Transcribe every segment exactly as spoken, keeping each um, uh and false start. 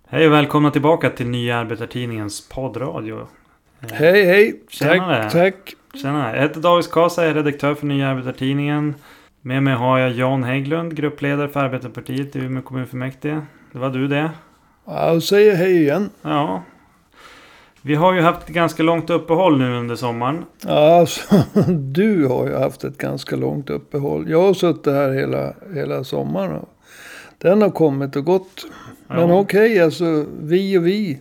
Hej och välkomna tillbaka till Nya Arbetartidningens poddradio. Hej hej, Tjena tack, tack. Tjena, jag heter David Kasa, jag är redaktör för Nya Arbetartidningen. Med mig har jag Jan Hägglund, gruppledare för Arbetarpartiet i Umeå kommunfullmäktige. Det var du det? Ja, jag säger hej igen. Ja. Vi har ju haft ett ganska långt uppehåll nu under sommaren. Ja, alltså, du har ju haft ett ganska långt uppehåll. Jag har suttit här hela, hela sommaren. Den har kommit och gått. Men Ja. okej, okay, alltså vi och vi.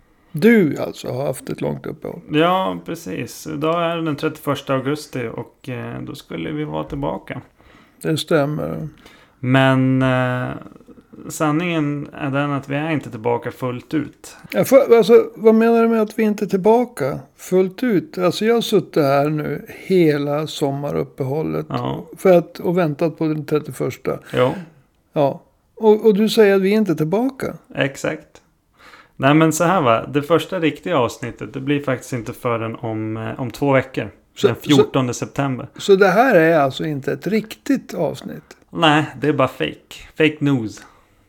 Du alltså har haft ett långt uppehåll. Ja, precis. Idag är det den trettioförsta augusti och eh, då skulle vi vara tillbaka. Det stämmer. Men eh, sanningen är den att vi är inte tillbaka fullt ut. Ja, för, alltså, vad menar du med att vi inte är tillbaka fullt ut? Alltså jag har suttit här nu hela sommaruppehållet. Ja. För att, och väntat på den trettioförsta. Jo. Ja. Och, och du säger att vi inte är tillbaka. Exakt. Nej men så här va. Det första riktiga avsnittet det blir faktiskt inte förrän om, eh, om två veckor. Så, den fjortonde september. Så det här är alltså inte ett riktigt avsnitt? Nej, det är bara fake. Fake news.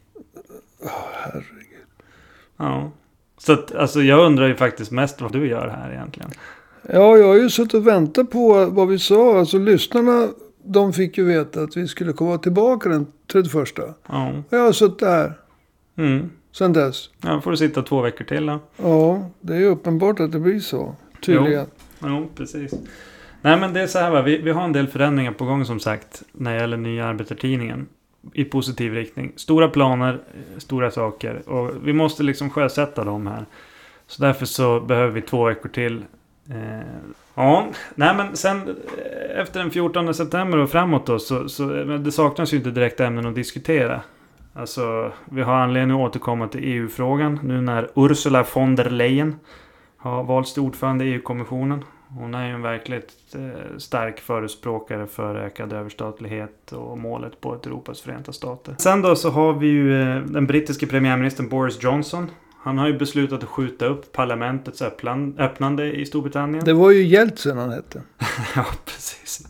Åh, oh, herregud. Ja. Så att, alltså jag undrar ju faktiskt mest vad du gör här egentligen. Ja, jag har ju suttit och väntat på vad vi sa. Alltså lyssnarna, de fick ju veta att vi skulle komma tillbaka den trettioförsta. Ja. Och jag har suttit där Mm. sedan dess. Ja, får du sitta två veckor till då. Ja, det är ju uppenbart att det blir så. Tydligen. Jo, jo precis. Nej men det är så här va. Vi, vi har en del förändringar på gång som sagt. När det gäller Nya Arbetartidningen. I positiv riktning. Stora planer, stora saker. Och vi måste liksom sjösätta dem här. Så därför så behöver vi två veckor till. Eh, ja, nej men sen efter den fjortonde september och framåt då. Så, så men det saknas ju inte direkt ämnen att diskutera. Alltså vi har anledning att återkomma till E U-frågan. Nu när Ursula von der Leyen har valts till ordförande i E U-kommissionen. Hon är ju en verkligt eh, stark förespråkare för ökad överstatlighet och målet på ett Europas förenta stater. Sen då så har vi ju eh, den brittiske premiärministern Boris Johnson. Han har ju beslutat att skjuta upp parlamentets öpplan- öppnande i Storbritannien. Det var ju Jeltsin han hette. Ja, precis.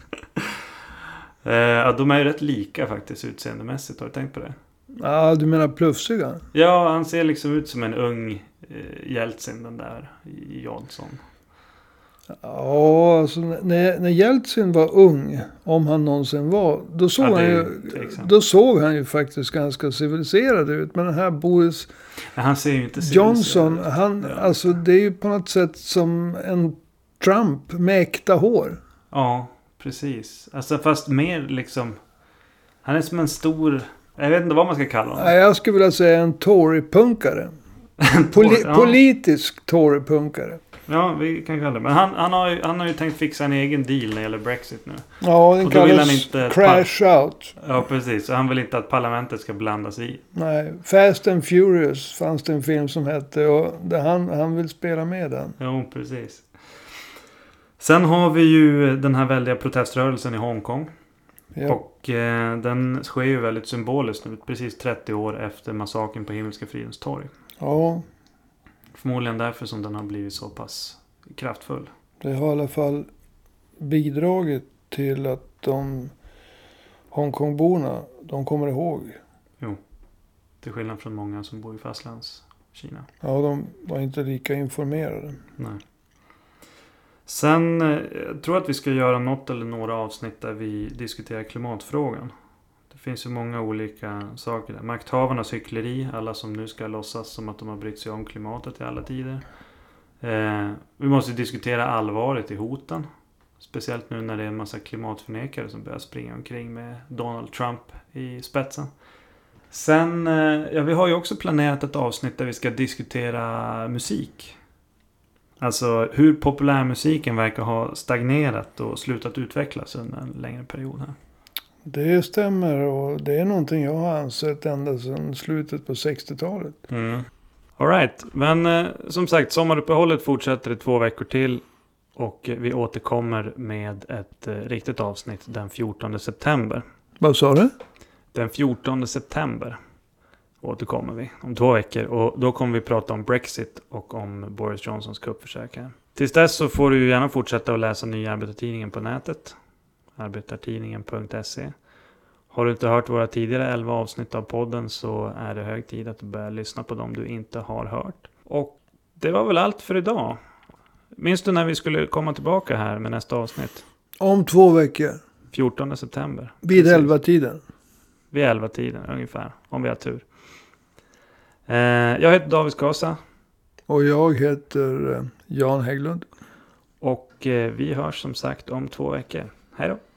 eh, ja, de är ju rätt lika faktiskt utseendemässigt. Har du tänkt på det? Ja, du menar plufsiga? Ja, han ser liksom ut som en ung eh, Jeltsin den där i Johnson. Ja, alltså när, när Jeltsin var ung, om han någonsin var, då såg, Ja, han, ju, exakt. då såg han ju faktiskt ganska civiliserad ut. Men den här Boris Men han ser ju inte Johnson, ut. han, Ja. alltså det är ju på något sätt som en Trump med äkta hår. Ja, precis. Alltså fast mer liksom... Han är som en stor... Jag vet inte vad man ska kalla honom. Ja, jag skulle vilja säga en Tory-punkare. Poli- ja. Politisk Tory-punkare. Ja, vi kan kalla det. Men han, han, har ju, han har ju tänkt fixa en egen deal när det gäller Brexit nu. Ja, den Och då vill han kallas inte crash out. Ja, precis. Så han vill inte att parlamentet ska blanda sig i. Nej, Fast and Furious fanns det en film som hette. Och det, han, han vill spela med den. Jo, precis. Sen har vi ju den här väldiga proteströrelsen i Hongkong. Ja. Och eh, den sker ju väldigt symboliskt nu. Precis trettio år efter massakern på Himmelska fridens torg. Ja, Förmodligen därför som den har blivit så pass kraftfull. det har i alla fall bidragit till att de Hongkongborna, de kommer ihåg. Jo. Till skillnad från många som bor i fastlandskina. Ja, de var inte lika informerade. Nej. Sen eh, jag tror att vi ska göra något eller några avsnitt där vi diskuterar klimatfrågan. Det finns ju många olika saker där. Makthavarnas hyckleri. Alla som nu ska låtsas som att de har brytt sig om klimatet i alla tider. Eh, vi måste diskutera allvaret i hoten. Speciellt nu när det är en massa klimatförnekare som börjar springa omkring med Donald Trump i spetsen. Sen, eh, ja vi har ju också planerat ett avsnitt där vi ska diskutera musik. Alltså hur populärmusiken verkar ha stagnerat och slutat utvecklas under en längre period här. Det stämmer och det är någonting jag har ansett ända sedan slutet på sextiotalet. Mm. All right. Men eh, som sagt, sommaruppehållet fortsätter i två veckor till. Och eh, vi återkommer med ett eh, riktigt avsnitt den fjortonde september. Vad sa du? Den fjortonde september återkommer vi om två veckor. Och då kommer vi prata om Brexit och om Boris Johnsons kuppförsök. Tills dess så får du gärna fortsätta att läsa Nya Arbetartidningen på nätet. arbetartidningen punkt se. Har du inte hört våra tidigare elva avsnitt av podden så är det hög tid att du börjar lyssna på dem du inte har hört. Och det var väl allt för idag. Minns du när vi skulle komma tillbaka här med nästa avsnitt? Om två veckor. fjortonde september. Vid elva tiden. Vid elva tiden ungefär, om vi har tur. Eh, jag heter David Skasa. Och jag heter Jan Hägglund. Och eh, vi hörs som sagt om två veckor. Hej då!